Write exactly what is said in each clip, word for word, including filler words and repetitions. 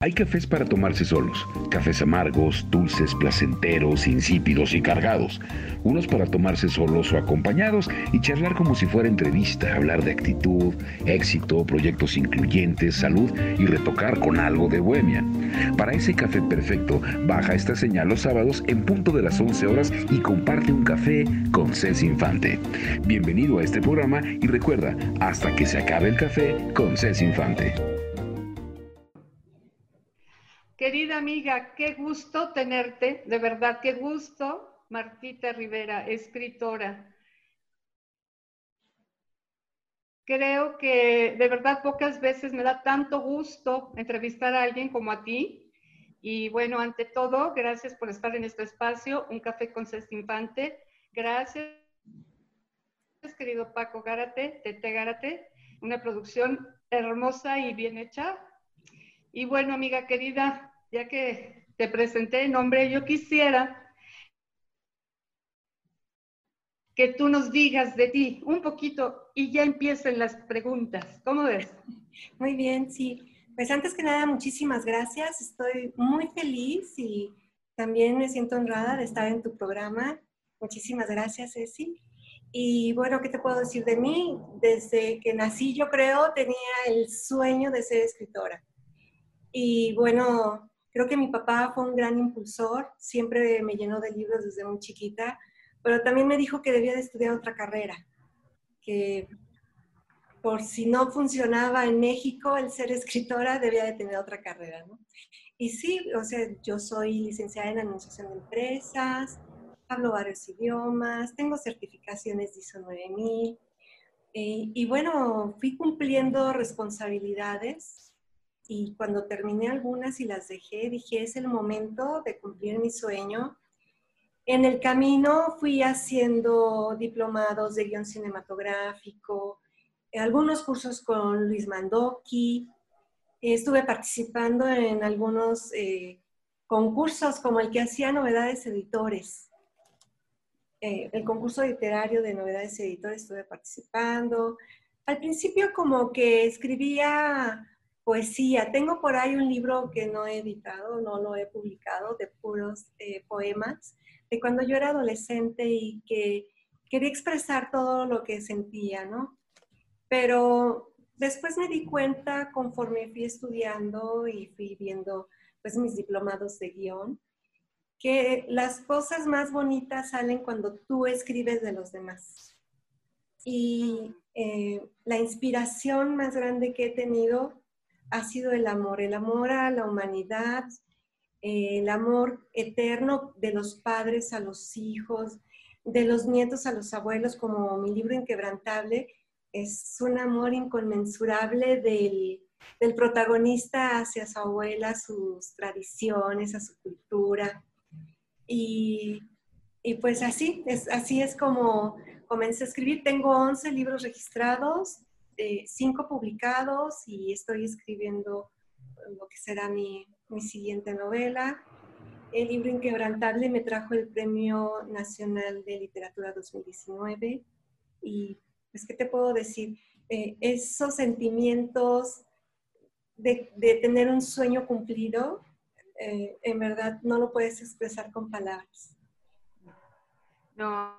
Hay cafés para tomarse solos, cafés amargos, dulces, placenteros, insípidos y cargados. Unos para tomarse solos o acompañados y charlar como si fuera entrevista, hablar de actitud, éxito, proyectos incluyentes, salud y retocar con algo de bohemia. Para ese café perfecto, baja esta señal los sábados en punto de las once horas y comparte un café con Ceci Infante. Bienvenido a este programa y recuerda, hasta que se acabe el café con Ceci Infante. Querida amiga, qué gusto tenerte, de verdad, qué gusto. Martita Rivera, escritora. Creo que de verdad pocas veces me da tanto gusto entrevistar a alguien como a ti. Y bueno, ante todo, gracias por estar en este espacio, Un Café con Ceci Infante. Gracias, querido Paco Gárate, Tete Gárate, una producción hermosa y bien hecha. Y bueno, amiga querida, ya que te presenté en nombre, yo quisiera que tú nos digas de ti un poquito y ya empiecen las preguntas. ¿Cómo ves? Muy bien, sí. Pues antes que nada, muchísimas gracias. Estoy muy feliz y también me siento honrada de estar en tu programa. Muchísimas gracias, Ceci. Y bueno, ¿qué te puedo decir de mí? Desde que nací, yo creo, tenía el sueño de ser escritora. Y bueno, creo que mi papá fue un gran impulsor. Siempre me llenó de libros desde muy chiquita, pero también me dijo que debía de estudiar otra carrera, que por si no funcionaba en México el ser escritora, debía de tener otra carrera, ¿no? Y sí, o sea, yo soy licenciada en Administración de Empresas, hablo varios idiomas, tengo certificaciones de I S O nueve mil, eh, y bueno, fui cumpliendo responsabilidades y cuando terminé algunas y las dejé, dije, es el momento de cumplir mi sueño. En el camino fui haciendo diplomados de guión cinematográfico, algunos cursos con Luis Mandoki, estuve participando en algunos eh, concursos como el que hacía Novedades Editores. Eh, el concurso literario de Novedades Editores estuve participando. Al principio como que escribía poesía. Tengo por ahí un libro que no he editado, no lo he publicado, de puros eh, poemas, de cuando yo era adolescente y que quería expresar todo lo que sentía, ¿no? Pero después me di cuenta, conforme fui estudiando y fui viendo pues, mis diplomados de guión, que las cosas más bonitas salen cuando tú escribes de los demás. Y eh, la inspiración más grande que he tenido ha sido el amor, el amor a la humanidad, eh, el amor eterno de los padres a los hijos, de los nietos a los abuelos, como mi libro Inquebrantable. Es un amor inconmensurable del, del protagonista hacia su abuela, sus tradiciones, a su cultura. Y, y pues así es, así es como comencé a escribir. Tengo once libros registrados, eh, cinco publicados y estoy escribiendo lo que será mi, mi siguiente novela. El libro Inquebrantable me trajo el Premio Nacional de Literatura dos mil diecinueve y pues, ¿qué te puedo decir? Eh, esos sentimientos de, de tener un sueño cumplido, eh, en verdad no lo puedes expresar con palabras. No,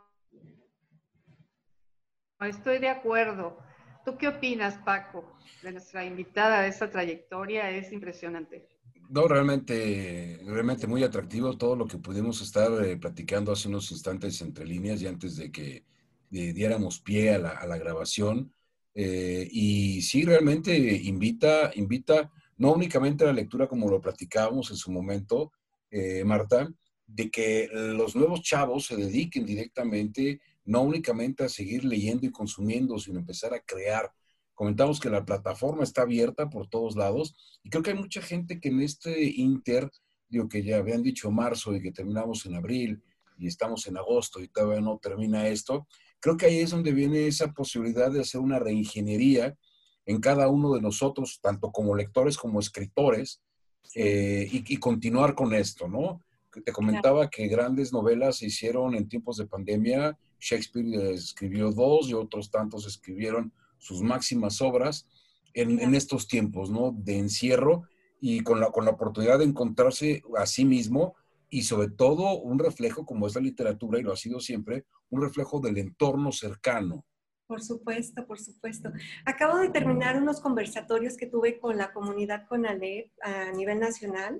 estoy de acuerdo. ¿Tú qué opinas, Paco, de nuestra invitada, de esa trayectoria? Es impresionante. No, realmente, realmente muy atractivo todo lo que pudimos estar eh, platicando hace unos instantes entre líneas y antes de que eh, diéramos pie a la, a la grabación. Eh, y sí, realmente invita, invita no únicamente a la lectura como lo platicábamos en su momento, eh, Marta, de que los nuevos chavos se dediquen directamente, no únicamente a seguir leyendo y consumiendo, sino empezar a crear. Comentamos que la plataforma está abierta por todos lados y creo que hay mucha gente que en este inter, digo que ya habían dicho marzo y que terminamos en abril y estamos en agosto y todavía no termina esto, creo que ahí es donde viene esa posibilidad de hacer una reingeniería en cada uno de nosotros, tanto como lectores como escritores, eh, y, y continuar con esto, ¿no? Te comentaba que grandes novelas se hicieron en tiempos de pandemia. Shakespeare escribió dos y otros tantos escribieron sus máximas obras en, en estos tiempos, ¿no? De encierro. y con la, con la oportunidad de encontrarse a sí mismo y sobre todo un reflejo, como es la literatura y lo ha sido siempre, un reflejo del entorno cercano. Por supuesto, por supuesto. Acabo de terminar unos conversatorios que tuve con la comunidad CONALEP a nivel nacional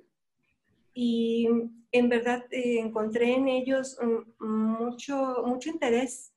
y en verdad eh, encontré en ellos um, mucho, mucho interés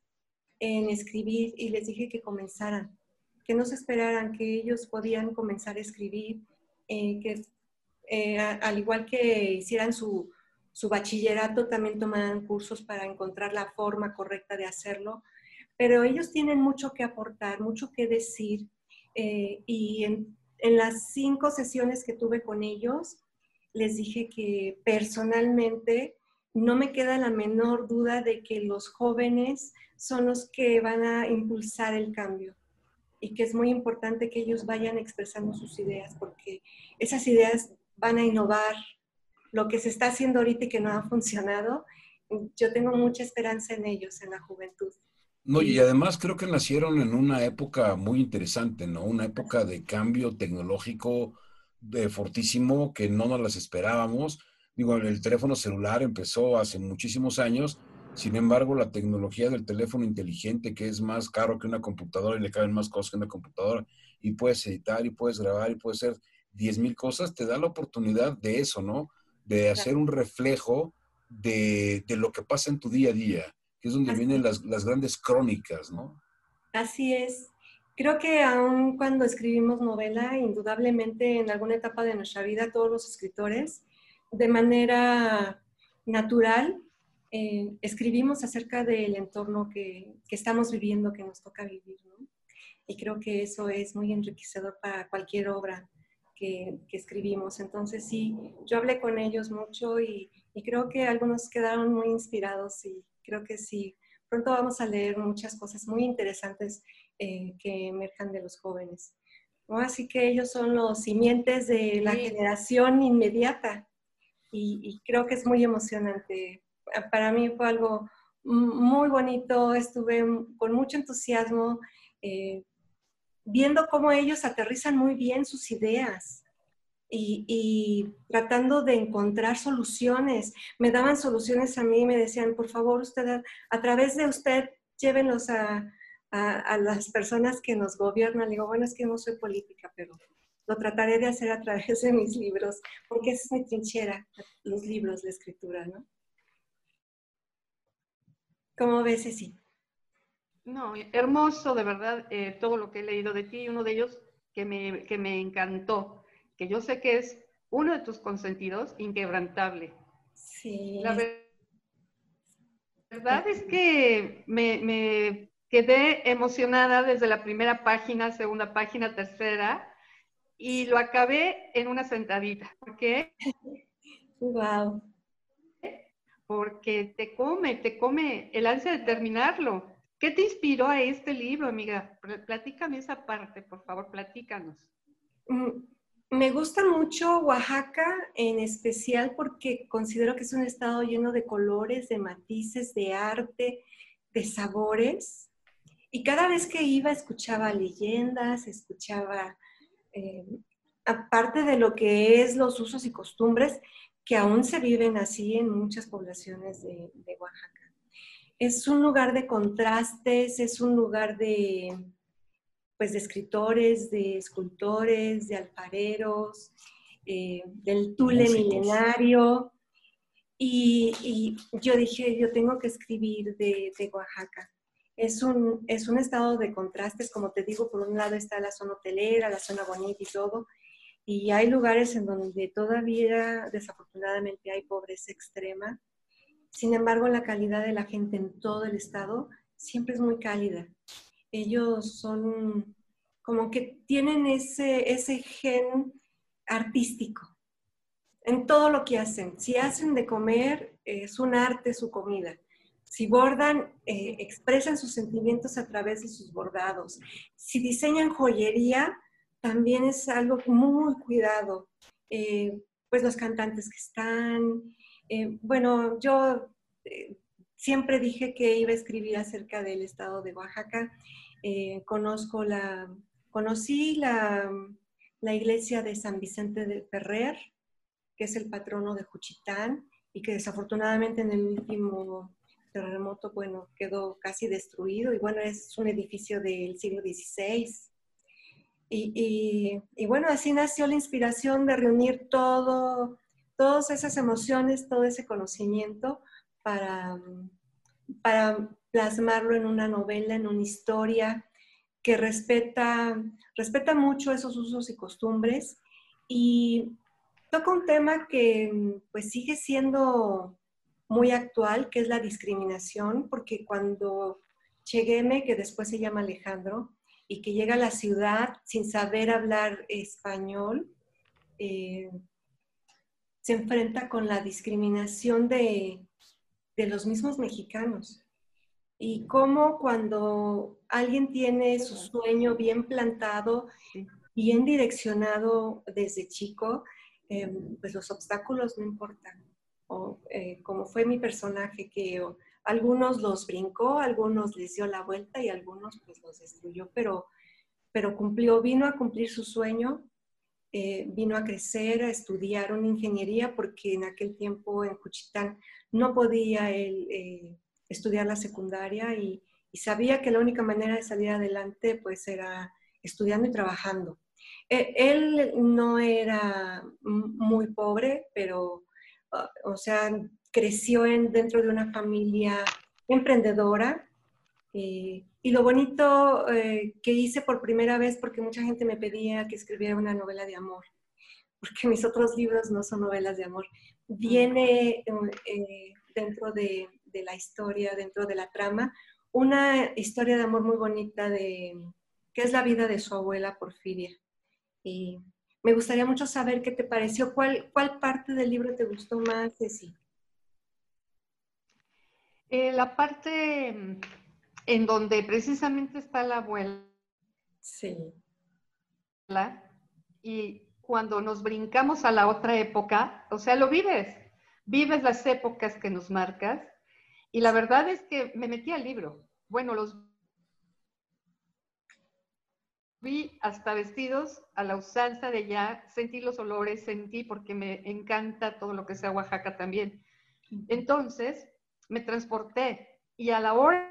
en escribir y les dije que comenzaran, que no se esperaran, que ellos podían comenzar a escribir, eh, que eh, a, al igual que hicieran su, su bachillerato, también tomaran cursos para encontrar la forma correcta de hacerlo. Pero ellos tienen mucho que aportar, mucho que decir, eh, y en, en las cinco sesiones que tuve con ellos, les dije que personalmente no me queda la menor duda de que los jóvenes son los que van a impulsar el cambio y que es muy importante que ellos vayan expresando sus ideas porque esas ideas van a innovar lo que se está haciendo ahorita y que no ha funcionado. Yo tengo mucha esperanza en ellos, en la juventud. No, y además creo que nacieron en una época muy interesante, ¿no? Una época de cambio tecnológico de fortísimo que no nos las esperábamos. Digo, el teléfono celular empezó hace muchísimos años, sin embargo, la tecnología del teléfono inteligente, que es más caro que una computadora y le caben más cosas que una computadora, y puedes editar y puedes grabar y puedes hacer diez mil cosas, te da la oportunidad de eso, ¿no? De hacer un reflejo de, de lo que pasa en tu día a día, que es donde vienen las, las grandes crónicas, ¿no? Así es. Creo que aun cuando escribimos novela, indudablemente en alguna etapa de nuestra vida, todos los escritores, de manera natural, eh, escribimos acerca del entorno que, que estamos viviendo, que nos toca vivir, ¿no? Y creo que eso es muy enriquecedor para cualquier obra que, que escribimos. Entonces sí, yo hablé con ellos mucho y, y creo que algunos quedaron muy inspirados y creo que sí. Pronto vamos a leer muchas cosas muy interesantes eh, que emerjan de los jóvenes, ¿no? Así que ellos son los simientes de la Sí. generación inmediata y, y creo que es muy emocionante. Para mí fue algo muy bonito, estuve con mucho entusiasmo eh, viendo cómo ellos aterrizan muy bien sus ideas. Y, y tratando de encontrar soluciones. Me daban soluciones a mí, me decían, por favor, usted, a, a través de usted, llévenlos a, a, a las personas que nos gobiernan. Le digo, bueno, es que no soy política, pero lo trataré de hacer a través de mis libros, porque esa es mi trinchera, los libros, la escritura, ¿no? ¿Cómo ves, Ceci? No, hermoso, de verdad, eh, todo lo que he leído de ti, uno de ellos que me, que me encantó, que yo sé que es uno de tus consentidos, Inquebrantable. Sí. La verdad es que me, me quedé emocionada desde la primera página, segunda página, tercera, y lo acabé en una sentadita. ¿Por qué? Wow. Porque te come, te come el ansia de terminarlo. ¿Qué te inspiró a este libro, amiga? Platícame esa parte, por favor, platícanos. Me gusta mucho Oaxaca, en especial porque considero que es un estado lleno de colores, de matices, de arte, de sabores. Y cada vez que iba escuchaba leyendas, escuchaba, eh, aparte de lo que es los usos y costumbres, que aún se viven así en muchas poblaciones de, de Oaxaca. Es un lugar de contrastes, es un lugar de, pues, de escritores, de escultores, de alfareros, eh, del tule Músicos. milenario. Y, y yo dije, yo tengo que escribir de, de Oaxaca. Es un, es un estado de contrastes, como te digo, por un lado está la zona hotelera, la zona bonita y todo, y hay lugares en donde todavía, desafortunadamente, hay pobreza extrema. Sin embargo, la calidad de la gente en todo el estado siempre es muy cálida. Ellos son como que tienen ese, ese gen artístico en todo lo que hacen. Si hacen de comer, es un arte su comida. Si bordan, eh, expresan sus sentimientos a través de sus bordados. Si diseñan joyería, también es algo muy cuidado. Eh, pues los cantantes que están. Eh, bueno, yo eh, siempre dije que iba a escribir acerca del estado de Oaxaca. Eh, conozco la, conocí la, la iglesia de San Vicente de Ferrer, que es el patrono de Juchitán y que desafortunadamente en el último terremoto, bueno, quedó casi destruido y bueno, es un edificio del siglo dieciséis. Y, y, y bueno, así nació la inspiración de reunir todo, todas esas emociones, todo ese conocimiento para, para plasmarlo en una novela, en una historia que respeta, respeta mucho esos usos y costumbres y toca un tema que pues sigue siendo muy actual, que es la discriminación, porque cuando Chegueme, que después se llama Alejandro, y que llega a la ciudad sin saber hablar español, eh, se enfrenta con la discriminación de, de los mismos mexicanos. Y cómo cuando alguien tiene su sueño bien plantado, bien direccionado desde chico, eh, pues los obstáculos no importan. O, eh, como fue mi personaje, que o, algunos los brincó, algunos les dio la vuelta y algunos pues los destruyó, pero, pero cumplió, vino a cumplir su sueño, eh, vino a crecer, a estudiar una ingeniería, porque en aquel tiempo en Juchitán no podía él eh, estudiar la secundaria y, y sabía que la única manera de salir adelante pues era estudiando y trabajando. Eh, él no era muy pobre, pero, uh, o sea, creció en, dentro de una familia emprendedora. Eh, y lo bonito eh, que hice por primera vez, porque mucha gente me pedía que escribiera una novela de amor, porque mis otros libros no son novelas de amor, viene eh, dentro de, de la historia, dentro de la trama, una historia de amor muy bonita de que es la vida de su abuela Porfiria. Y me gustaría mucho saber qué te pareció, cuál, cuál parte del libro te gustó más, Ceci. Eh, la parte en donde precisamente está la abuela. Sí. Y cuando nos brincamos a la otra época, o sea, lo vives, vives las épocas que nos marcas. Y la verdad es que me metí al libro. Bueno, los vi hasta vestidos a la usanza de allá, sentí los olores, sentí porque me encanta todo lo que sea Oaxaca también. Entonces, me transporté y a la hora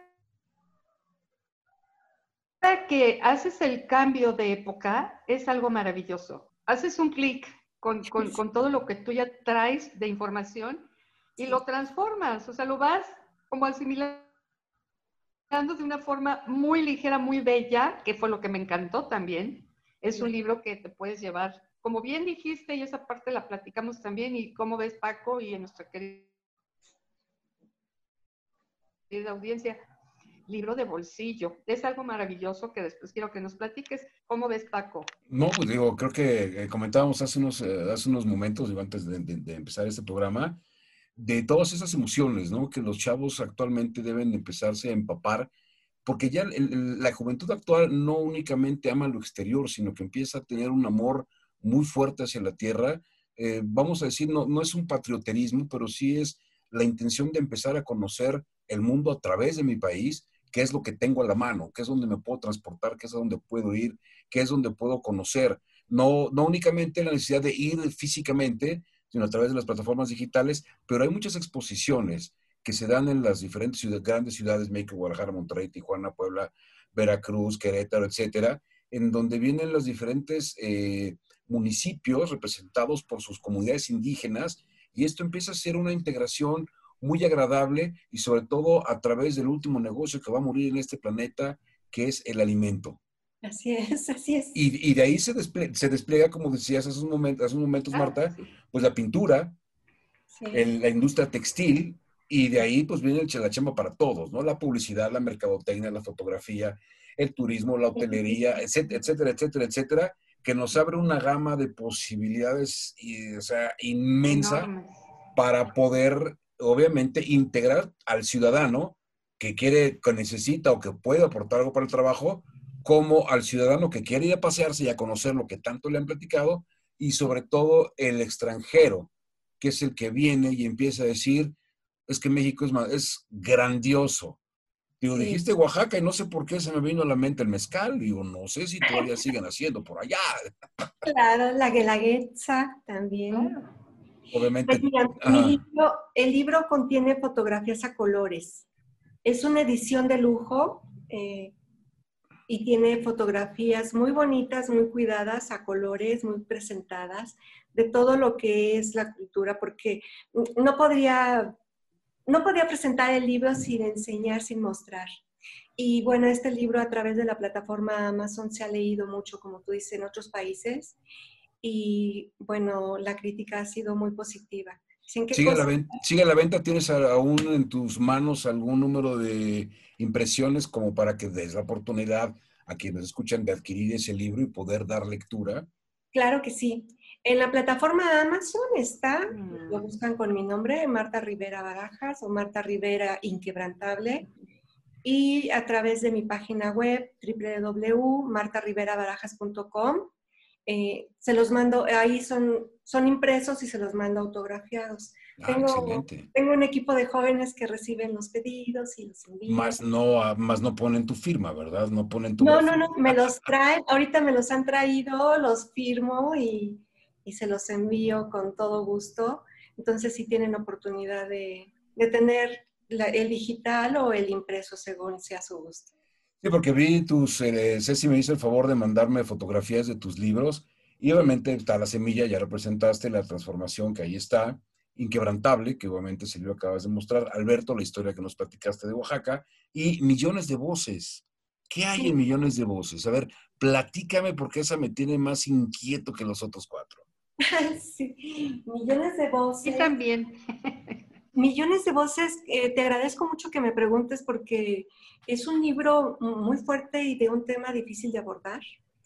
que haces el cambio de época, es algo maravilloso. Haces un clic con, con, con todo lo que tú ya traes de información y sí. Lo transformas, o sea, lo vas como asimilando de una forma muy ligera, muy bella, que fue lo que me encantó también. Es un libro que te puedes llevar, como bien dijiste, y esa parte la platicamos también, y cómo ves, Paco, y en nuestra querida audiencia, libro de bolsillo. Es algo maravilloso que después quiero que nos platiques. ¿Cómo ves, Paco? No, pues digo, creo que eh, comentábamos hace unos, eh, hace unos momentos, digo, antes de, de, de empezar este programa, de todas esas emociones, ¿no? Que los chavos actualmente deben empezarse a empapar, porque ya el, el, la juventud actual no únicamente ama lo exterior, sino que empieza a tener un amor muy fuerte hacia la tierra. Eh, vamos a decir, no, no es un patrioterismo, pero sí es la intención de empezar a conocer el mundo a través de mi país, qué es lo que tengo a la mano, qué es donde me puedo transportar, qué es donde puedo ir, qué es donde puedo conocer. No, no únicamente la necesidad de ir físicamente, sino a través de las plataformas digitales, pero hay muchas exposiciones que se dan en las diferentes ciudades, grandes ciudades, México, Guadalajara, Monterrey, Tijuana, Puebla, Veracruz, Querétaro, etcétera, en donde vienen los diferentes eh, municipios representados por sus comunidades indígenas, y esto empieza a ser una integración muy agradable y sobre todo a través del último negocio que va a morir en este planeta, que es el alimento. Así es, así es. Y, y de ahí se despliega, se despliega, como decías hace unos momentos, hace unos momentos ah, Marta, sí. Pues la pintura, sí. el, la industria textil, y de ahí pues viene la chamba para todos, ¿no? La publicidad, la mercadotecnia, la fotografía, el turismo, la hotelería, etcétera, etcétera, etcétera, etcétera, que nos abre una gama de posibilidades, y, o sea, inmensa enorme, para poder, obviamente, integrar al ciudadano que quiere, que necesita o que puede aportar algo para el trabajo, como al ciudadano que quiere ir a pasearse y a conocer lo que tanto le han platicado, y sobre todo el extranjero, que es el que viene y empieza a decir, es que México es, es grandioso, Digo, Sí, dijiste Oaxaca y no sé por qué se me vino a la mente el mezcal. Digo, no sé si todavía siguen haciendo por allá. claro, la Guelaguetza también. Claro. Pues Obviamente. mira, mi Ajá. libro, el libro contiene fotografías a colores. Es una edición de lujo eh, y tiene fotografías muy bonitas, muy cuidadas, a colores, muy presentadas, de todo lo que es la cultura, porque no podría, no podía presentar el libro sin enseñar, sin mostrar. Y bueno, este libro a través de la plataforma Amazon se ha leído mucho, como tú dices, en otros países. Y bueno, la crítica ha sido muy positiva. Dicen qué Sigue la cosa. venta, sigue la venta. ¿Tienes a- aún en tus manos algún número de impresiones como para que des la oportunidad a quienes escuchan de adquirir ese libro y poder dar lectura? Claro que sí. En la plataforma Amazon está, lo Mm. buscan con mi nombre, Marta Rivera Barajas o Marta Rivera Inquebrantable. Y a través de mi página web, doble u doble u doble u punto marta rivera barajas punto com. Eh, se los mando, ahí son, son impresos y se los mando autografiados. Ah, Tengo, excelente. tengo un equipo de jóvenes que reciben los pedidos y los envían. Más no, ah, más no ponen tu firma, ¿verdad? No ponen tu No, no, no, grafito. me los traen, ahorita me los han traído, los firmo y, y se los envío con todo gusto. Entonces sí tienen oportunidad de, de tener la- el digital o el impreso según sea su gusto. Sí, porque vi tus, eh, Ceci me hizo el favor de mandarme fotografías de tus libros y obviamente está la semilla, ya representaste la transformación que ahí está, Inquebrantable, que obviamente se lo acabas de mostrar, Alberto, la historia que nos platicaste de Oaxaca y Millones de Voces. ¿Qué hay Sí, en Millones de Voces? A ver, platícame porque esa me tiene más inquieto que los otros cuatro. sí. Millones de Y voces. también. Millones de voces, eh, te agradezco mucho que me preguntes porque es un libro muy fuerte y de un tema difícil de abordar.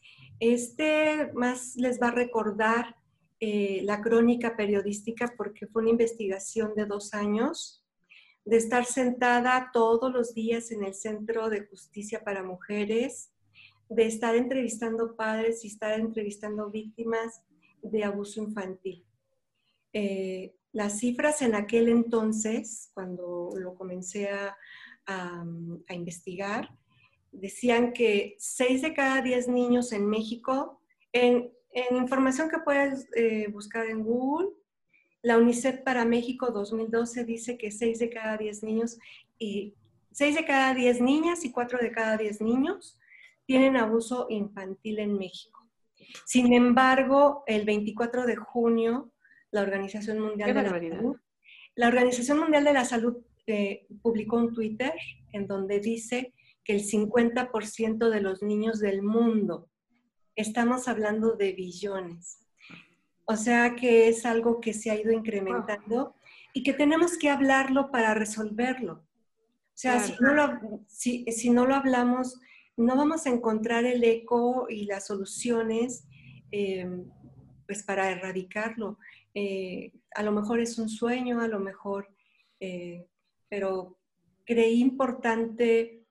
Este más les va a recordar eh, la crónica periodística porque fue una investigación de dos años de estar sentada todos los días en el Centro de Justicia para Mujeres, de estar entrevistando padres y estar entrevistando víctimas de abuso infantil. Eh, las cifras en aquel entonces, cuando lo comencé a, a, a investigar, decían que seis de cada diez niños en México, en, en información que puedes eh, buscar en Google, la UNICEF para México dos mil doce dice que seis de cada diez niños y seis de cada diez niñas y cuatro de cada diez niños tienen abuso infantil en México. Sin embargo, el veinticuatro de junio, la Organización Qué Mundial de la barbaridad. Salud, la Organización Mundial de la Salud eh, publicó un Twitter en donde dice que el cincuenta por ciento de los niños del mundo, estamos hablando de billones, o sea que es algo que se ha ido Wow, incrementando y que tenemos que hablarlo para resolverlo. O sea, si claro. no lo, si, si no lo hablamos, no vamos a encontrar el eco y las soluciones eh, pues para erradicarlo. Eh, a lo mejor es un sueño, a lo mejor, eh, pero creí importante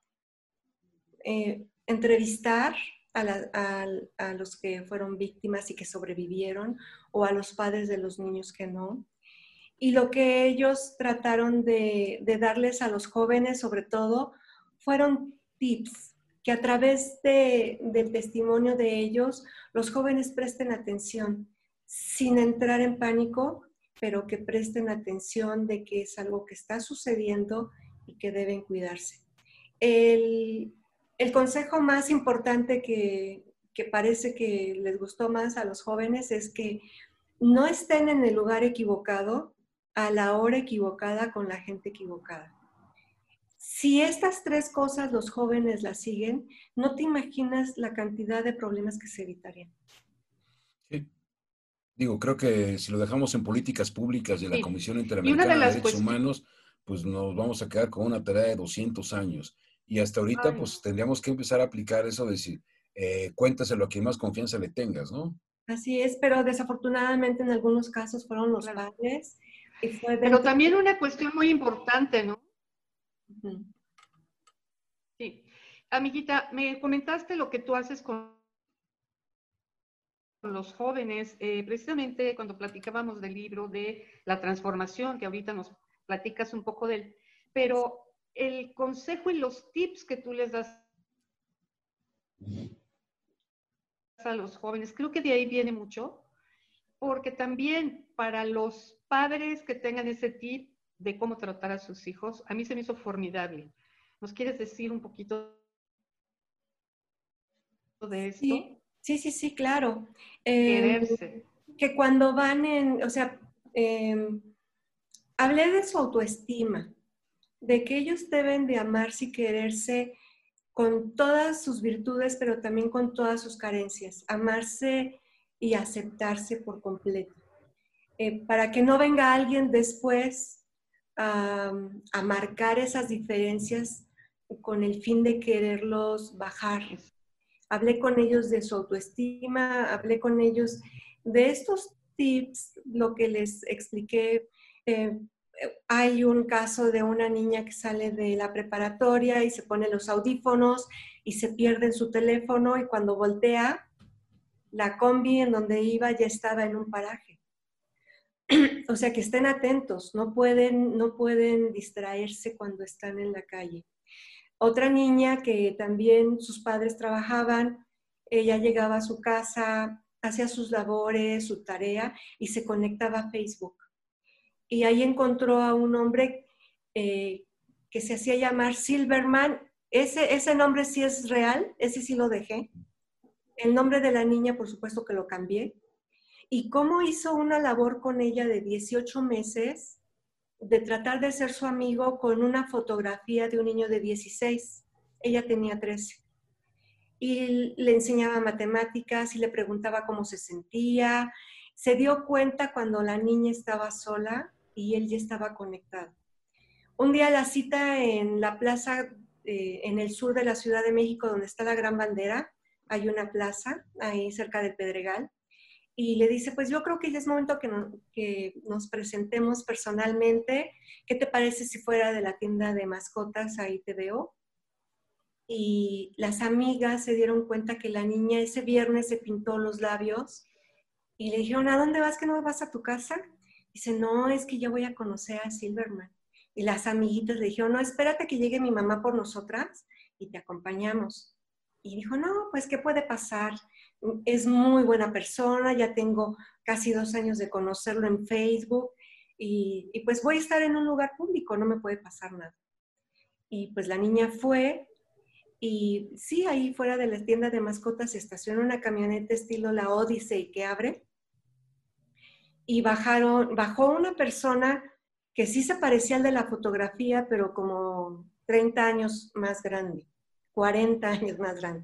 eh, entrevistar a, la, a, a los que fueron víctimas y que sobrevivieron o a los padres de los niños que no. Y lo que ellos trataron de, de darles a los jóvenes, sobre todo, fueron tips, que a través de, del testimonio de ellos, los jóvenes presten atención, sin entrar en pánico, pero que presten atención de que es algo que está sucediendo y que deben cuidarse. El, el consejo más importante que, que parece que les gustó más a los jóvenes es que no estén en el lugar equivocado, a la hora equivocada, con la gente equivocada. Si estas tres cosas los jóvenes las siguen, no te imaginas la cantidad de problemas que se evitarían. Sí. Digo, creo que si lo dejamos en políticas públicas de la Sí. Comisión Y una de Interamericana de las Derechos cuestiones. Humanos, pues nos vamos a quedar con una tarea de doscientos años. Y hasta ahorita, Ay, pues no. tendríamos que empezar a aplicar eso de decir, eh, cuéntaselo a quien más confianza le tengas, ¿no? Así es, pero desafortunadamente en algunos casos fueron los Claro. padres y fue Pero dentro también de... una cuestión muy importante, ¿no? Uh-huh. Sí. Amiguita, me comentaste lo que tú haces con los jóvenes, eh, precisamente cuando platicábamos del libro de la transformación, que ahorita nos platicas un poco de él, pero el consejo y los tips que tú les das a los jóvenes, creo que de ahí viene mucho, porque también para los padres que tengan ese tip de cómo tratar a sus hijos, a mí se me hizo formidable. ¿Nos quieres decir un poquito de esto? Sí, sí, sí, sí, claro. Eh, Quererse. que cuando van en, o sea, eh, hablé de su autoestima, de que ellos deben de amarse y quererse con todas sus virtudes, pero también con todas sus carencias, amarse y aceptarse por completo, eh, para que no venga alguien después a, a marcar esas diferencias con el fin de quererlos bajar. Hablé con ellos de su autoestima, hablé con ellos de estos tips, lo que les expliqué. Eh, hay un caso de una niña que sale de la preparatoria y se pone los audífonos y se pierde en su teléfono, y cuando voltea, la combi en donde iba ya estaba en un paraje. O sea, que estén atentos, no pueden, no pueden distraerse cuando están en la calle. Otra niña que también sus padres trabajaban, ella llegaba a su casa, hacía sus labores, su tarea y se conectaba a Facebook. Y ahí encontró a un hombre eh, que se hacía llamar Silverman. Ese, ese nombre sí es real, ese sí lo dejé. El nombre de la niña, por supuesto que lo cambié. Y cómo hizo una labor con ella de dieciocho meses, de tratar de ser su amigo con una fotografía de un niño de dieciséis. Ella tenía trece. Y le enseñaba matemáticas y le preguntaba cómo se sentía. Se dio cuenta cuando la niña estaba sola y él ya estaba conectado. Un día la cita en la plaza, eh, en el sur de la Ciudad de México, donde está la Gran Bandera. Hay una plaza ahí cerca del Pedregal. Y le dice, pues yo creo que ya es momento que, no, que nos presentemos personalmente. ¿Qué te parece si fuera de la tienda de mascotas? Ahí te veo. Y las amigas se dieron cuenta que la niña ese viernes se pintó los labios y le dijeron, ¿a dónde vas? ¿Que no vas a tu casa? Dice, no, es que yo voy a conocer a Silverman. Y las amiguitas le dijeron, no, espérate que llegue mi mamá por nosotras y te acompañamos. Y dijo, no, pues ¿qué puede pasar? Es muy buena persona, ya tengo casi dos años de conocerlo en Facebook y, y pues voy a estar en un lugar público, no me puede pasar nada. Y pues la niña fue y sí, ahí fuera de la tienda de mascotas se estacionó una camioneta estilo la Odyssey que abre y bajaron, bajó una persona que sí se parecía al de la fotografía, pero como treinta años más grande, cuarenta años más grande.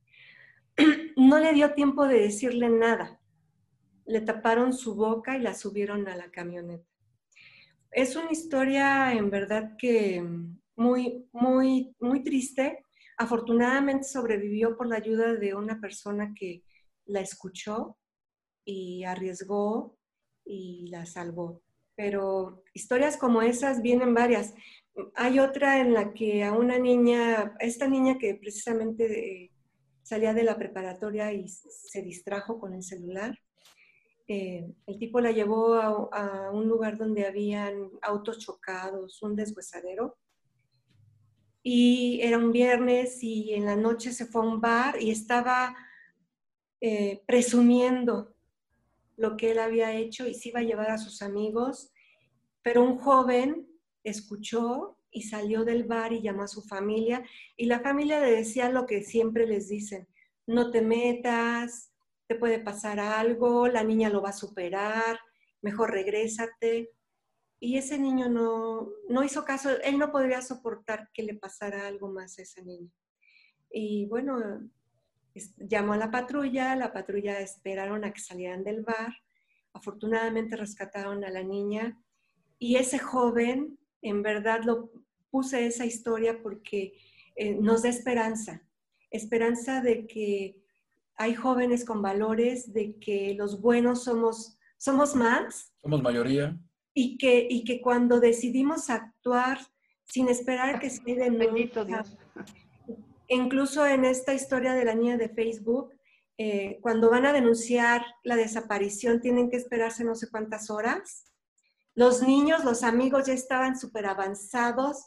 No le dio tiempo de decirle nada. Le taparon su boca y la subieron a la camioneta. Es una historia en verdad que muy, muy, muy triste. Afortunadamente sobrevivió por la ayuda de una persona que la escuchó y arriesgó y la salvó. Pero historias como esas vienen varias. Hay otra en la que a una niña, esta niña que precisamente eh, salía de la preparatoria y se distrajo con el celular, eh, el tipo la llevó a, a un lugar donde habían autos chocados, un deshuesadero, y era un viernes y en la noche se fue a un bar y estaba eh, presumiendo lo que él había hecho y se iba a llevar a sus amigos, pero un joven escuchó y salió del bar y llamó a su familia y la familia le decía lo que siempre les dicen, no te metas, te puede pasar algo, la niña lo va a superar, mejor regrésate. Y ese niño no, no hizo caso, él no podría soportar que le pasara algo más a esa niña. Y bueno, es, llamó a la patrulla, la patrulla esperaron a que salieran del bar, afortunadamente rescataron a la niña y ese joven, en verdad lo puse esa historia porque eh, nos da esperanza, esperanza de que hay jóvenes con valores, de que los buenos somos, somos más. Somos mayoría. Y que, y que cuando decidimos actuar sin esperar que se den Bendito Dios. Incluso en esta historia de la niña de Facebook, eh, cuando van a denunciar la desaparición tienen que esperarse no sé cuántas horas. Los niños, los amigos ya estaban súper avanzados,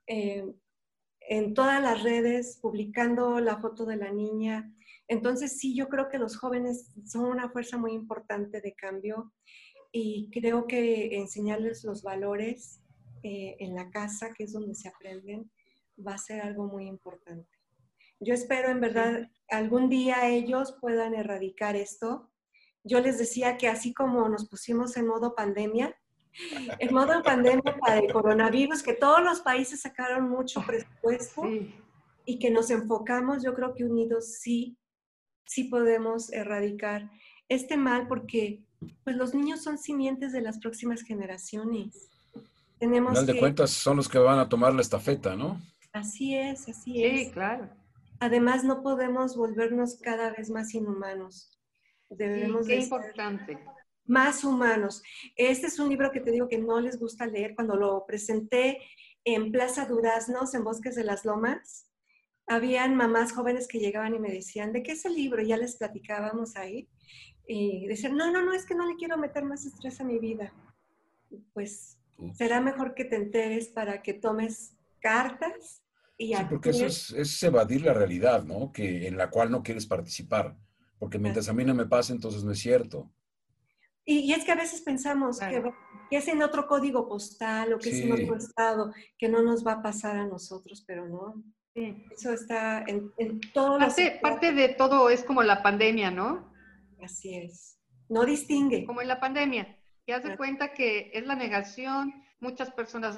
eh, en todas las redes, publicando la foto de la niña. Entonces sí, yo creo que los jóvenes son una fuerza muy importante de cambio y creo que enseñarles los valores eh, en la casa, que es donde se aprenden, va a ser algo muy importante. Yo espero en verdad Sí. algún día ellos puedan erradicar esto. Yo les decía que así como nos pusimos en modo pandemia, en modo pandemia para el coronavirus, que todos los países sacaron mucho presupuesto Sí. y que nos enfocamos, yo creo que unidos sí, sí podemos erradicar este mal porque pues los niños son simientes de las próximas generaciones. Al Tenemos final de que, cuentas son los que van a tomar la estafeta, ¿no? así es, así Sí, es. claro. Además, no podemos volvernos cada vez más inhumanos. Sí, Debemos qué de ser importante. más humanos. Este es un libro que te digo que no les gusta leer. Cuando lo presenté en Plaza Duraznos, en Bosques de las Lomas, habían mamás jóvenes que llegaban y me decían, ¿de qué es el libro? Y ya les platicábamos ahí. Y decían, no, no, no, es que no le quiero meter más estrés a mi vida. Pues Ups. será mejor que te enteres para que tomes cartas y Sí, porque eso actúes. es, es evadir la realidad, ¿no? Que, en la cual no quieres participar. Porque mientras a mí no me pase, entonces no es cierto. Y, y es que a veces pensamos que, Claro. que es en otro código postal o que es en otro Sí, estado, que no nos va a pasar a nosotros, pero no. Sí. Eso está en, en todos los Parte, parte estratos. de todo es como la pandemia, ¿no? Así es. No distingue. Como en la pandemia. Y haz de cuenta que es la negación, muchas personas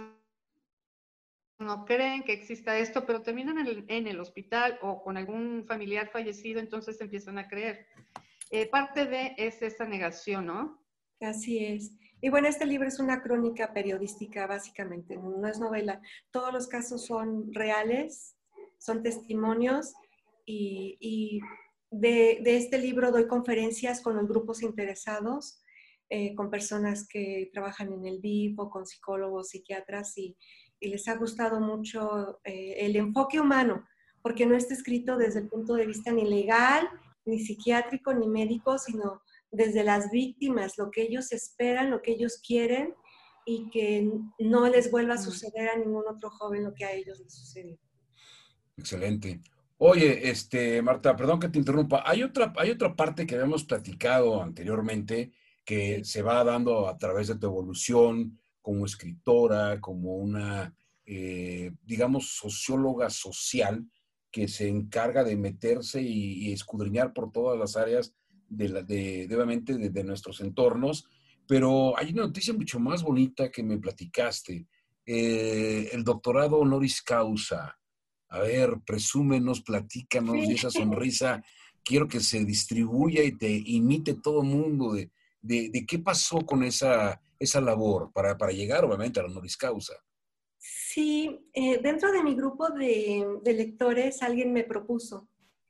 no creen que exista esto, pero terminan en el, en el hospital o con algún familiar fallecido, entonces empiezan a creer. Eh, parte de es esa negación, ¿no? Así es. Y bueno, este libro es una crónica periodística, básicamente, no es novela. Todos los casos son reales, son testimonios y, y de, de, este libro doy conferencias con los grupos interesados, eh, con personas que trabajan en el V I P o con psicólogos, psiquiatras y, y les ha gustado mucho eh, el enfoque humano, porque no está escrito desde el punto de vista ni legal, ni psiquiátrico, ni médico, sino desde las víctimas, lo que ellos esperan, lo que ellos quieren y que no les vuelva a suceder a ningún otro joven lo que a ellos les sucedió. excelente. Oye, este, Marta, perdón que te interrumpa. Hay otra, hay otra parte que habíamos platicado anteriormente que Sí. se va dando a través de tu evolución como escritora, como una, eh, digamos, socióloga social que se encarga de meterse y, y escudriñar por todas las áreas de, la, de, de obviamente, de, de nuestros entornos. Pero hay una noticia mucho más bonita que me platicaste. Eh, el doctorado honoris causa. A ver, presúmenos, platícanos, y Sí. esa sonrisa quiero que se distribuya y te imite todo el mundo de, de, de qué pasó con esa, esa labor para, para llegar, obviamente, a la honoris causa. Sí, eh, dentro de mi grupo de, de lectores alguien me propuso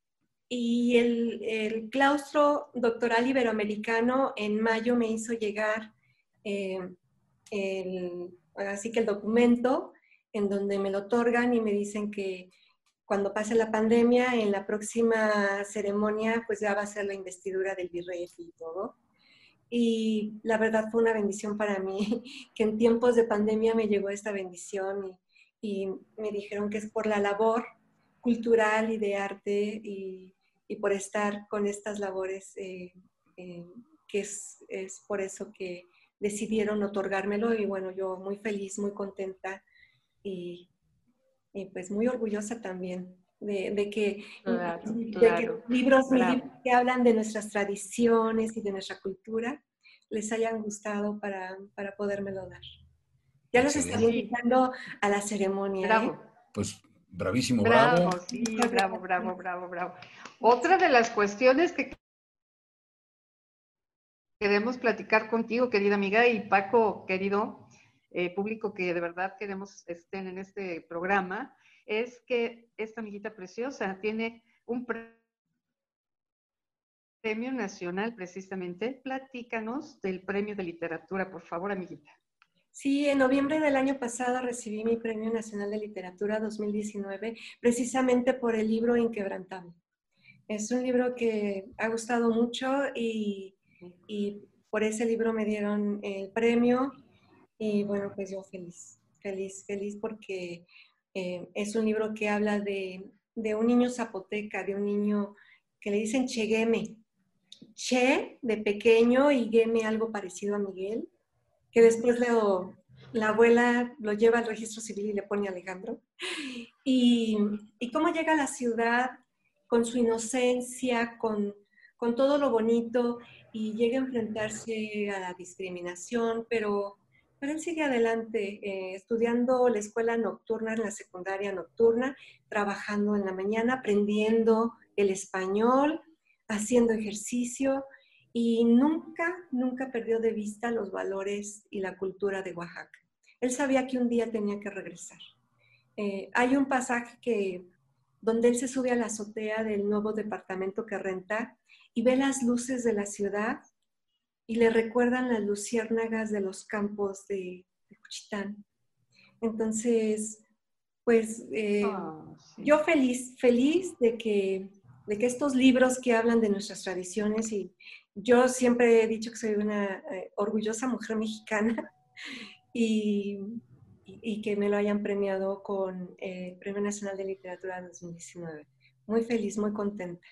y el, el claustro doctoral iberoamericano en mayo me hizo llegar eh, el, así que el documento en donde me lo otorgan y me dicen que cuando pase la pandemia, en la próxima ceremonia, pues ya va a ser la investidura del virrey y todo. Y la verdad fue una bendición para mí, que en tiempos de pandemia me llegó esta bendición y, y me dijeron que es por la labor cultural y de arte y, y por estar con estas labores, eh, eh, que es, es por eso que decidieron otorgármelo y bueno, yo muy feliz, muy contenta y, y pues muy orgullosa también de, de, que, Claro, de que claro. libros, mis Bravo. libros que hablan de nuestras tradiciones y de nuestra cultura les hayan gustado para, para podérmelo dar. Ya los estaría Excelente. Sí, invitando a la ceremonia, ¿eh? bravo. Pues bravísimo, bravo. Bravo, sí, Muchas bravo, gracias. bravo, bravo, bravo. Muchas Otra de las cuestiones que queremos platicar contigo, querida amiga, y Paco, querido eh, público que de verdad queremos estén en este programa, es que esta amiguita preciosa tiene un premio nacional precisamente. Platícanos del premio de literatura, por favor, amiguita. Sí, en noviembre del año pasado recibí mi Premio Nacional de Literatura dos mil diecinueve, precisamente por el libro Inquebrantable. Es un libro que ha gustado mucho y, y por ese libro me dieron el premio y bueno, pues yo feliz, feliz, feliz porque Eh, es un libro que habla de, de un niño zapoteca, de un niño que le dicen Chegueme. Che de pequeño y Geme algo parecido a Miguel, que después lo, la abuela lo lleva al registro civil y le pone Alejandro. Y, y cómo llega a la ciudad con su inocencia, con, con todo lo bonito, y llega a enfrentarse a la discriminación, pero, pero él sigue adelante, eh, estudiando la escuela nocturna, en la secundaria nocturna, trabajando en la mañana, aprendiendo el español, haciendo ejercicio, y nunca, nunca perdió de vista los valores y la cultura de Oaxaca. Él sabía que un día tenía que regresar. Eh, hay un pasaje que, donde él se sube a la azotea del nuevo departamento que renta y ve las luces de la ciudad y le recuerdan las luciérnagas de los campos de, de Juchitán. Entonces, pues eh, Oh, sí. yo feliz, feliz de que, de que estos libros que hablan de nuestras tradiciones, y yo siempre he dicho que soy una eh, orgullosa mujer mexicana, y, y, y que me lo hayan premiado con el eh, Premio Nacional de Literatura dos mil diecinueve. Muy feliz, muy contenta.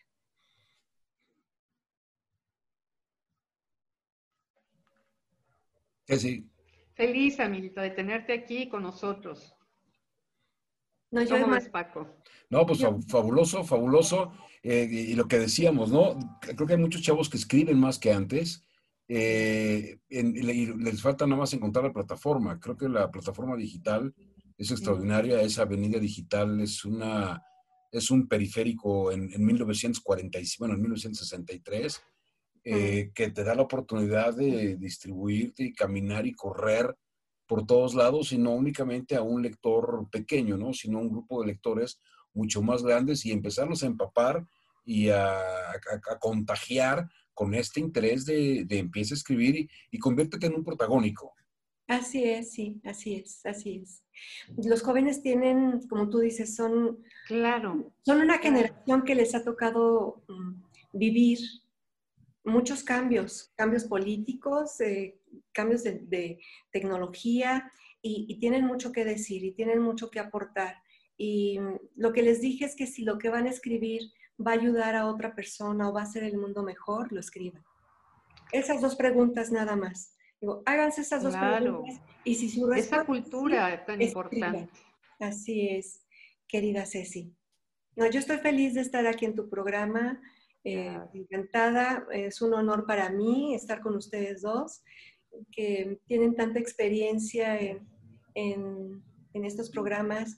Sí, sí. Feliz, Amilita, de tenerte aquí con nosotros. No, yo ¿Cómo he, ves, Paco? No, pues yo, fa- fabuloso, fabuloso. Eh, y y lo que decíamos, ¿no? Creo que hay muchos chavos que escriben más que antes. eh, en- y le- y les falta nada más encontrar la plataforma. Creo que la plataforma digital es extraordinaria. Esa avenida digital es una, es un periférico en, en mil novecientos cuarenta y cinco, bueno, en mil novecientos sesenta y tres, eh, que te da la oportunidad de distribuirte y caminar y correr por todos lados, y no únicamente a un lector pequeño, ¿no? Sino a un grupo de lectores mucho más grandes, y empezarlos a empapar y a, a, a contagiar con este interés de, de empieza a escribir y, y conviértete en un protagónico. así es, sí, así es, así es. Los jóvenes tienen, como tú dices, son, Claro, son una claro. generación que les ha tocado um, vivir muchos cambios, cambios políticos, eh, cambios de, de tecnología, y, y tienen mucho que decir y tienen mucho que aportar. Y mm, lo que les dije es que si lo que van a escribir va a ayudar a otra persona o va a hacer el mundo mejor, lo escriban. Esas dos preguntas nada más. Digo, háganse esas dos Claro. preguntas, y si su Esa respuesta es sí, cultura tan escriban. importante. Así es, querida Ceci. No, yo estoy feliz de estar aquí en tu programa, eh, Gracias. encantada. Es un honor para mí estar con ustedes dos, que tienen tanta experiencia en, en, en estos programas,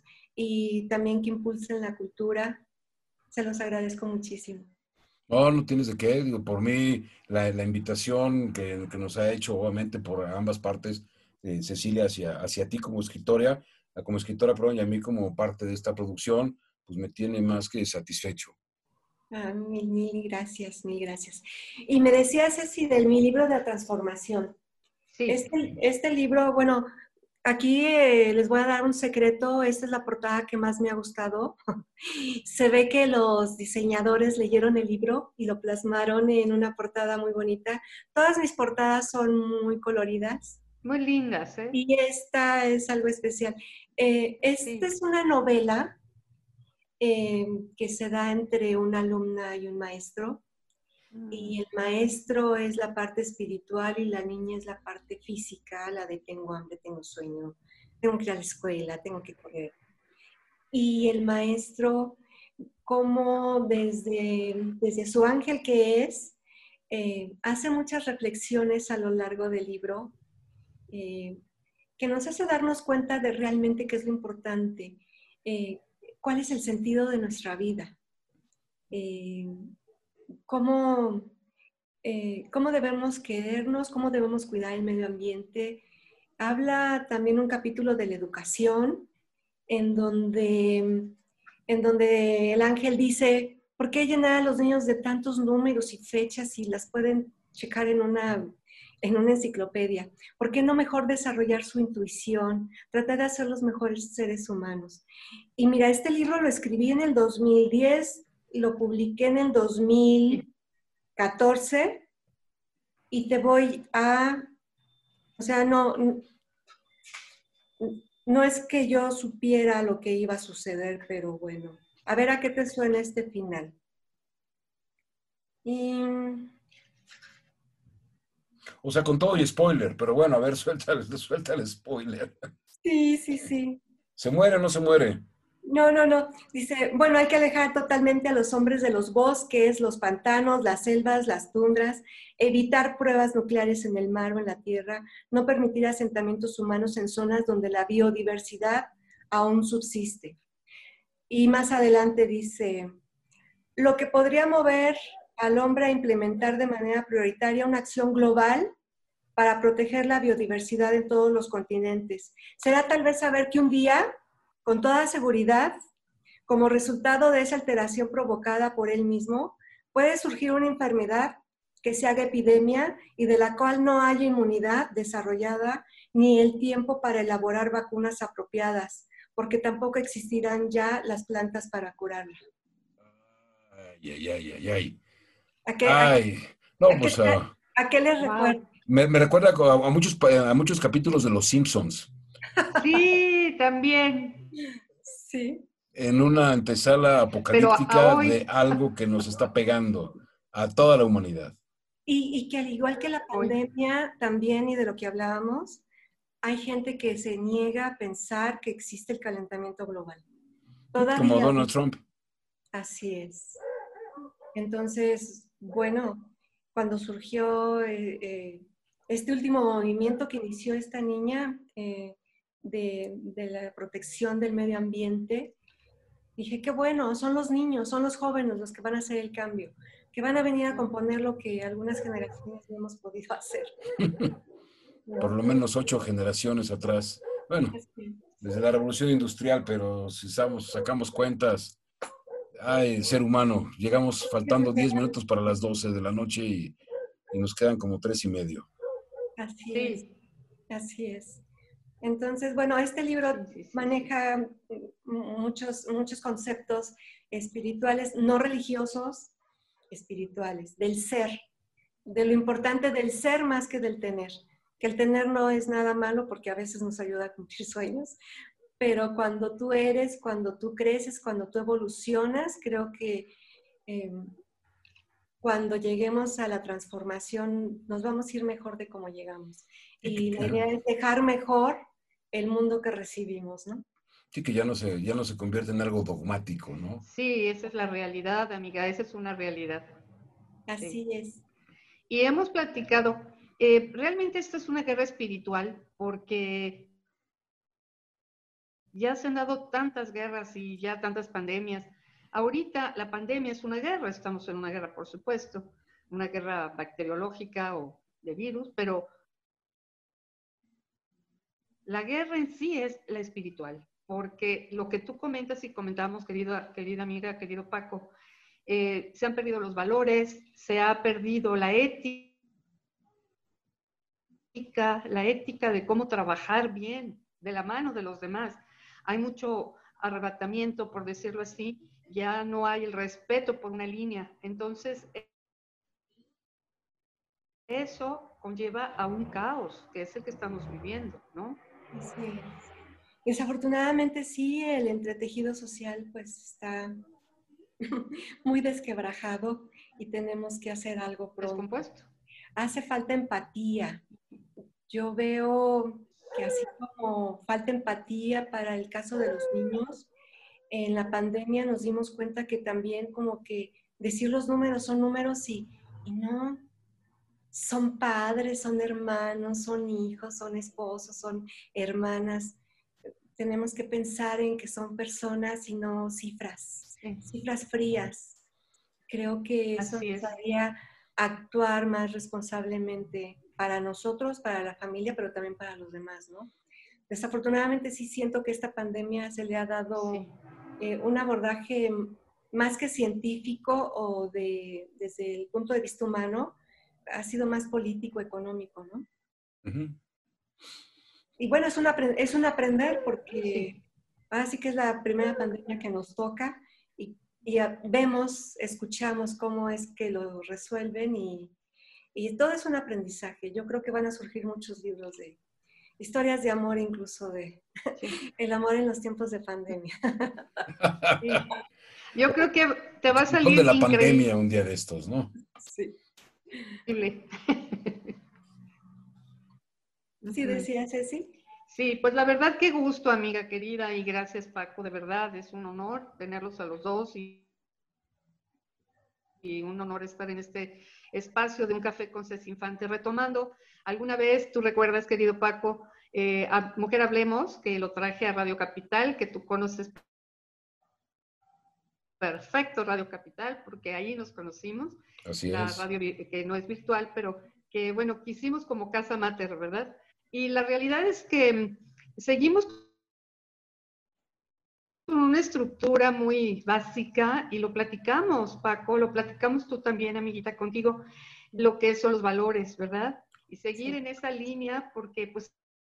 y también que impulsen la cultura. Se los agradezco muchísimo. No, no tienes de qué. Digo, por mí, la, la invitación que, que nos ha hecho, obviamente, por ambas partes, eh, Cecilia, hacia, hacia ti como escritora, como escritora, perdón, y a mí como parte de esta producción, pues me tiene más que satisfecho. Ah, mil, mil gracias, mil gracias. Y me decías, Ceci, del mi libro de la transformación. Sí. Este, este libro, bueno, aquí eh, les voy a dar un secreto. Esta es la portada que más me ha gustado. Se ve que los diseñadores leyeron el libro y lo plasmaron en una portada muy bonita. Todas mis portadas son muy coloridas Muy lindas, ¿eh? y esta es algo especial. Eh, esta Sí. es una novela eh, que se da entre una alumna y un maestro. Y el maestro es la parte espiritual y la niña es la parte física, la de tengo hambre, tengo sueño, tengo que ir a la escuela, tengo que correr. Y el maestro, como desde, desde su ángel que es, eh, hace muchas reflexiones a lo largo del libro, eh, que nos hace darnos cuenta de realmente qué es lo importante, eh, cuál es el sentido de nuestra vida, eh, cómo... Eh, cómo debemos querernos, cómo debemos cuidar el medio ambiente. Habla también un capítulo de la educación, en donde, en donde el ángel dice, ¿por qué llenar a los niños de tantos números y fechas si las pueden checar en una, en una enciclopedia? ¿Por qué no mejor desarrollar su intuición, tratar de ser los mejores seres humanos? Y mira, este libro lo escribí en el dos mil diez, lo publiqué en el dos mil catorce, y te voy a, o sea, no, no es que yo supiera lo que iba a suceder, pero bueno, a ver a qué te suena este final. Y... O sea, con todo y spoiler, pero bueno, a ver, suelta, suelta el spoiler. Sí, sí, sí. ¿Se muere o no se muere? No, no, no. Dice, bueno, hay que alejar totalmente a los hombres de los bosques, los pantanos, las selvas, las tundras, evitar pruebas nucleares en el mar o en la tierra, no permitir asentamientos humanos en zonas donde la biodiversidad aún subsiste. Y más adelante dice, lo que podría mover al hombre a implementar de manera prioritaria una acción global para proteger la biodiversidad en todos los continentes. Será tal vez saber que un día, con toda seguridad, como resultado de esa alteración provocada por él mismo, puede surgir una enfermedad que se haga epidemia y de la cual no haya inmunidad desarrollada ni el tiempo para elaborar vacunas apropiadas, porque tampoco existirán ya las plantas para curarla. Ay, ay, ay, ay, ay. ¿A qué, a, Ay, no, a qué, pues uh, a qué les Wow. recuerda? me, me recuerda a, a, muchos, a muchos capítulos de Los Simpsons. Sí, también. Sí. En una antesala Pero a, a apocalíptica hoy, de algo que nos está pegando a toda la humanidad. Y, y que al igual que la hoy. pandemia también y de lo que hablábamos, hay gente que se niega a pensar que existe el calentamiento global. Todavía. Como Donald Trump. Así es. Entonces, bueno, cuando surgió eh, eh, este último movimiento que inició esta niña eh, de, de la protección del medio ambiente, dije, qué bueno, son los niños, son los jóvenes los que van a hacer el cambio, que van a venir a componer lo que algunas generaciones no hemos podido hacer. ¿No? Por lo menos ocho generaciones atrás. Bueno, desde la revolución industrial, pero si sacamos, sacamos cuentas, ay, ser humano, llegamos faltando diez minutos para las doce de la noche y, y nos quedan como tres y medio. Así Sí. es, así es. Entonces, bueno, este libro Sí, sí, maneja muchos, muchos conceptos espirituales, no religiosos, espirituales, del ser, de lo importante del ser más que del tener. Que el tener no es nada malo porque a veces nos ayuda a cumplir sueños, pero cuando tú eres, cuando tú creces, cuando tú evolucionas, creo que eh, cuando lleguemos a la transformación nos vamos a ir mejor de cómo llegamos. Y la idea es dejar mejor el mundo que recibimos, ¿no? Sí, que ya no se, ya no se convierte en algo dogmático, ¿no? Sí, esa es la realidad, amiga, esa es una realidad. Así Sí. es. Y hemos platicado, eh, realmente esta es una guerra espiritual porque ya se han dado tantas guerras y ya tantas pandemias. Ahorita la pandemia es una guerra, estamos en una guerra, por supuesto, una guerra bacteriológica o de virus, pero la guerra en sí es la espiritual, porque lo que tú comentas y comentamos, querida, querida amiga, querido Paco, eh, se han perdido los valores, se ha perdido la ética, la ética de cómo trabajar bien de la mano de los demás. Hay mucho arrebatamiento, por decirlo así, ya no hay el respeto por una línea. Entonces, eso conlleva a un caos, que es el que estamos viviendo, ¿no? Así es. Desafortunadamente sí, el entretejido social pues está muy desquebrajado y tenemos que hacer algo pronto. Descompuesto. Hace falta empatía. Yo veo que así como falta empatía para el caso de los niños, en la pandemia nos dimos cuenta que también como que decir los números son números y, y no, son padres, son hermanos, son hijos, son esposos, son hermanas. Tenemos que pensar en que son personas y no cifras, Sí. cifras frías. Creo que eso Así nos es. haría actuar más responsablemente para nosotros, para la familia, pero también para los demás, ¿no? Desafortunadamente sí siento que esta pandemia se le ha dado Sí. eh, un abordaje más que científico o de, desde el punto de vista humano, ha sido más político, económico, ¿no? Uh-huh. Y bueno, es un, es un aprender porque Sí. ahora sí que es la primera pandemia que nos toca y, y vemos, escuchamos cómo es que lo resuelven y, y todo es un aprendizaje. Yo creo que van a surgir muchos libros de historias de amor, incluso de, Sí. El amor en los tiempos de pandemia. Sí. Yo creo que te va a Con salir de la increíble. pandemia un día de estos, ¿no? Sí. ¿Sí decía Ceci? Sí, pues la verdad, qué gusto, amiga querida, y gracias, Paco, de verdad, es un honor tenerlos a los dos y, y un honor estar en este espacio de Un Café con Ceci Infante. Retomando, alguna vez, tú recuerdas, querido Paco, eh, a Mujer Hablemos, que lo traje a Radio Capital, que tú conoces perfecto Radio Capital, porque ahí nos conocimos, Así la es. radio que no es virtual, pero que, bueno, quisimos como casa mater, ¿verdad? Y la realidad es que seguimos con una estructura muy básica y lo platicamos, Paco, lo platicamos tú también, amiguita, contigo, lo que son los valores, ¿verdad? Y seguir Sí. en esa línea porque, pues,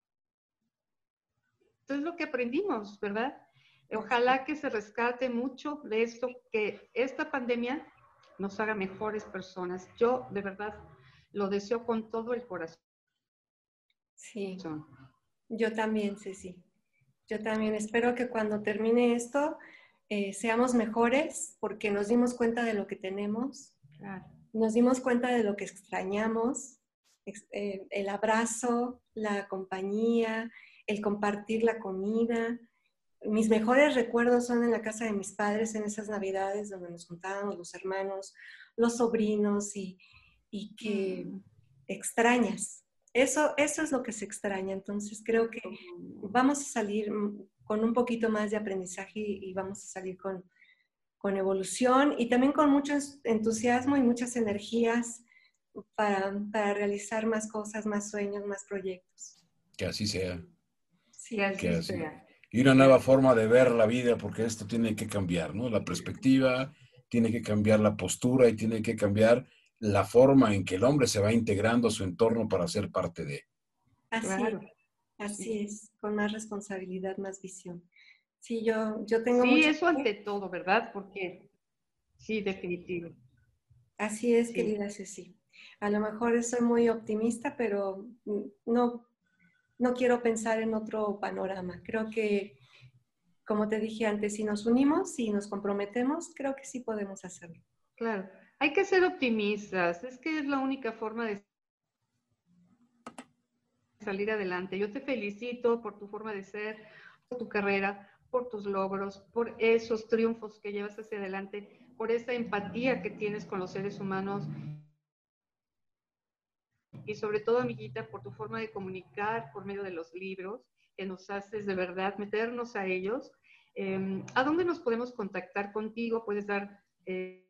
eso es lo que aprendimos, ¿verdad? Ojalá que se rescate mucho de esto, que esta pandemia nos haga mejores personas. Yo, de verdad, lo deseo con todo el corazón. Sí, yo también, Ceci. Yo también espero que cuando termine esto eh, seamos mejores porque nos dimos cuenta de lo que tenemos, Claro. nos dimos cuenta de lo que extrañamos, eh, el abrazo, la compañía, el compartir la comida. Mis mejores recuerdos son en la casa de mis padres, en esas navidades donde nos juntábamos los hermanos, los sobrinos y, y que Mm. extrañas. Eso, eso es lo que se extraña. Entonces creo que vamos a salir con un poquito más de aprendizaje y vamos a salir con, con evolución y también con mucho entusiasmo y muchas energías para, para realizar más cosas, más sueños, más proyectos. Que así sea. Sí, que así que así. sea. Y una nueva forma de ver la vida, porque esto tiene que cambiar, ¿no? La perspectiva, tiene que cambiar la postura y tiene que cambiar la forma en que el hombre se va integrando a su entorno para ser parte de. Así, Claro. así Sí. es, con más responsabilidad, más visión. Sí, yo, yo tengo Sí, mucho... eso ante todo, ¿verdad? Porque sí, definitivo. Así es, Sí. querida Ceci. A lo mejor soy muy optimista, pero no, no quiero pensar en otro panorama. Creo que, como te dije antes, si nos unimos, si nos comprometemos, creo que sí podemos hacerlo. Claro, hay que ser optimistas, es que es la única forma de salir adelante. Yo te felicito por tu forma de ser, por tu carrera, por tus logros, por esos triunfos que llevas hacia adelante, por esa empatía que tienes con los seres humanos y sobre todo, amiguita, por tu forma de comunicar por medio de los libros que nos haces de verdad meternos a ellos. Eh, ¿A dónde nos podemos contactar contigo? ¿Puedes dar eh,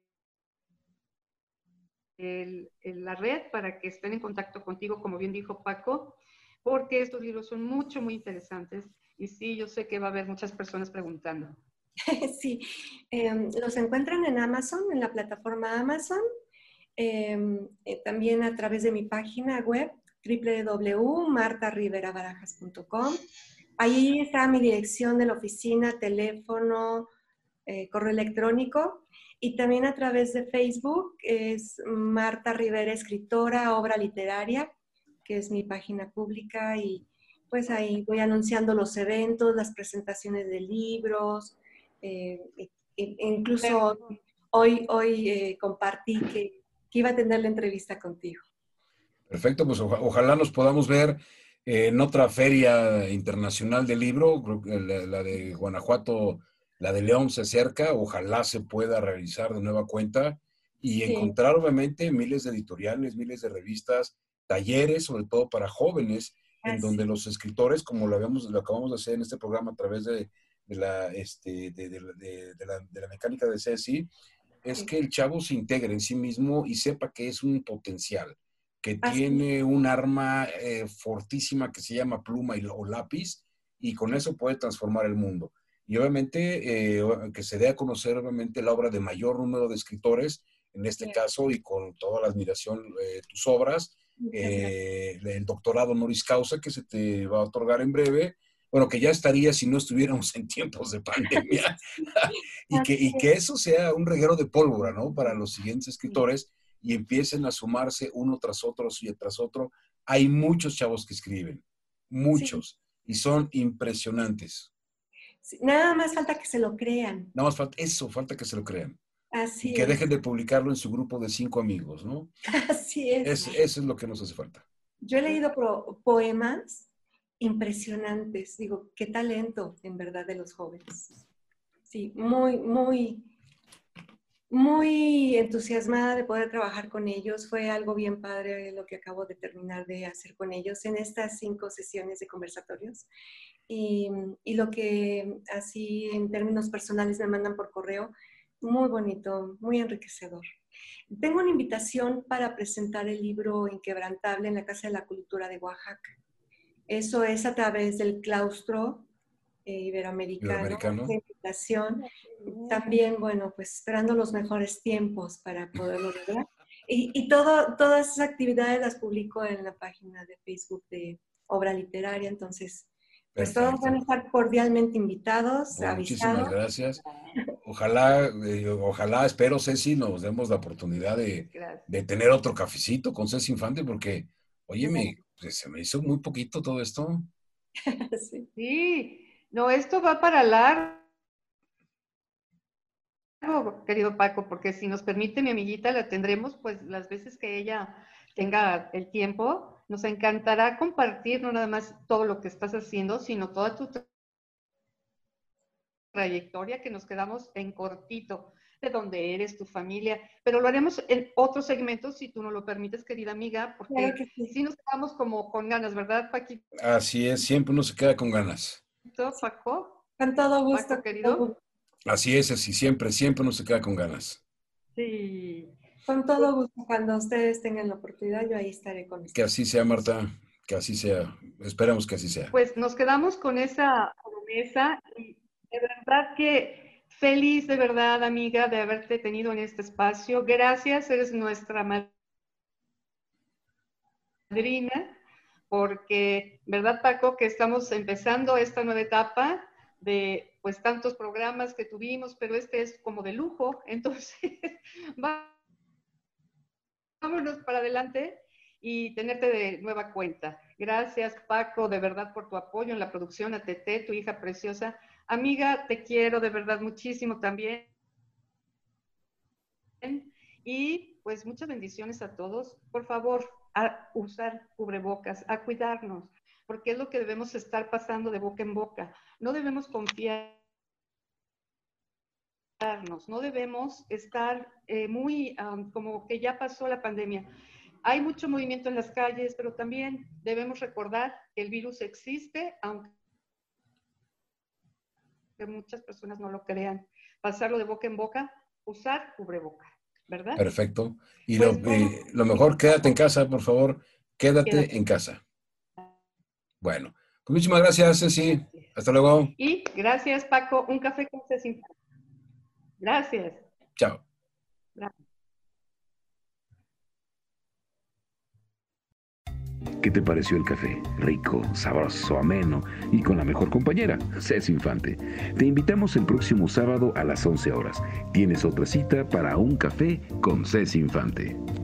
el, el, la red para que estén en contacto contigo, como bien dijo Paco? Porque estos libros son mucho, muy interesantes y sí, yo sé que va a haber muchas personas preguntando. Sí, eh, los encuentran en Amazon, en la plataforma Amazon, eh, eh, también a través de mi página web doble u doble u doble u punto marta rivera barajas punto com. Ahí está mi dirección de la oficina, teléfono, eh, correo electrónico y también a través de Facebook es Marta Rivera Escritora, Obra Literaria, que es mi página pública y pues ahí voy anunciando los eventos, las presentaciones de libros, eh, incluso hoy, hoy eh, compartí que, que iba a tener la entrevista contigo. Perfecto, pues o, ojalá nos podamos ver eh, en otra feria internacional del libro, creo que la, la de Guanajuato, la de León se acerca, ojalá se pueda realizar de nueva cuenta y Sí. encontrar obviamente miles de editoriales, miles de revistas, talleres, sobre todo para jóvenes, en Así. donde los escritores, como lo, habíamos, lo acabamos de hacer en este programa a través de, de, la, este, de, de, de, de, la, de la mecánica de Ceci, es Sí. que el chavo se integre en sí mismo y sepa que es un potencial, que Así. tiene un arma eh, fortísima que se llama pluma y, o lápiz, y con eso puede transformar el mundo. Y obviamente eh, que se dé a conocer obviamente la obra de mayor número de escritores, en este Bien. caso, y con toda la admiración, eh, tus obras, eh, el doctorado honoris causa que se te va a otorgar en breve, bueno, que ya estaría si no estuviéramos en tiempos de pandemia, y, que, y que eso sea un reguero de pólvora, ¿no? Para los siguientes escritores, y empiecen a sumarse uno tras otro y tras otro. Hay muchos chavos que escriben, muchos. y son impresionantes. Sí, nada más falta que se lo crean. Nada más falta eso, falta que se lo crean. Así Y que es. dejen de publicarlo en su grupo de cinco amigos, ¿no? Así es. es. Eso es lo que nos hace falta. Yo he leído pro, poemas impresionantes. Digo, qué talento, en verdad, de los jóvenes. Sí, muy, muy, muy entusiasmada de poder trabajar con ellos. Fue algo bien padre lo que acabo de terminar de hacer con ellos en estas cinco sesiones de conversatorios. Y, y lo que así en términos personales me mandan por correo, muy bonito, muy enriquecedor. Tengo una invitación para presentar el libro Inquebrantable en la Casa de la Cultura de Oaxaca. Eso es a través del claustro eh, iberoamericano. Iberoamericano. Esta invitación. También, bueno, pues esperando los mejores tiempos para poderlo lograr. Y, y todo, todas esas actividades las publico en la página de Facebook de Obra Literaria, entonces... Pues Perfecto. todos van a estar cordialmente invitados, Bueno, avisados. muchísimas gracias. Ojalá, eh, ojalá, espero, Ceci, nos demos la oportunidad de, de tener otro cafecito con Ceci Infante, porque, óyeme, pues, se me hizo muy poquito todo esto. Sí. Sí, no, esto va para largo, querido Paco, porque si nos permite mi amiguita, la tendremos pues las veces que ella tenga el tiempo. Nos encantará compartir no nada más todo lo que estás haciendo, sino toda tu trayectoria, que nos quedamos en cortito de dónde eres, tu familia, pero lo haremos en otros segmentos, si tú nos lo permites, querida amiga, porque Claro que sí. sí nos quedamos como con ganas, ¿verdad, Paquito? Así es, siempre uno se queda con ganas. Paco. Con todo gusto. Paco, querido. Así es, así siempre, siempre uno se queda con ganas. Sí. Con todo gusto, cuando ustedes tengan la oportunidad, yo ahí estaré con ustedes. Que así sea, Marta, que así sea. Esperamos que así sea. Pues nos quedamos con esa promesa y de verdad que feliz, de verdad, amiga, de haberte tenido en este espacio. Gracias, eres nuestra madrina, porque, ¿verdad, Paco? Que estamos empezando esta nueva etapa de, pues, tantos programas que tuvimos, pero este es como de lujo, entonces, vámonos para adelante y tenerte de nueva cuenta. Gracias, Paco, de verdad, por tu apoyo en la producción, a Tete, tu hija preciosa. Amiga, te quiero de verdad muchísimo también. Y pues muchas bendiciones a todos. Por favor, a usar cubrebocas, a cuidarnos, porque es lo que debemos estar pasando de boca en boca. No debemos confiarnos, no debemos estar eh, muy um, como que ya pasó la pandemia. Hay mucho movimiento en las calles, pero también debemos recordar que el virus existe, aunque muchas personas no lo crean. Pasarlo de boca en boca, usar cubreboca, ¿verdad? Perfecto. Y Pues, lo, eh, lo mejor, quédate en casa, por favor. Quédate, quédate en casa. Bueno, pues muchísimas gracias, Ceci. Hasta luego. Y gracias, Paco. Un café con Ceci. Gracias. Chao. Gracias. ¿Qué te pareció el café? Rico, sabroso, ameno y con la mejor compañera, Ceci Infante. Te invitamos el próximo sábado a las once horas. Tienes otra cita para un café con Ceci Infante.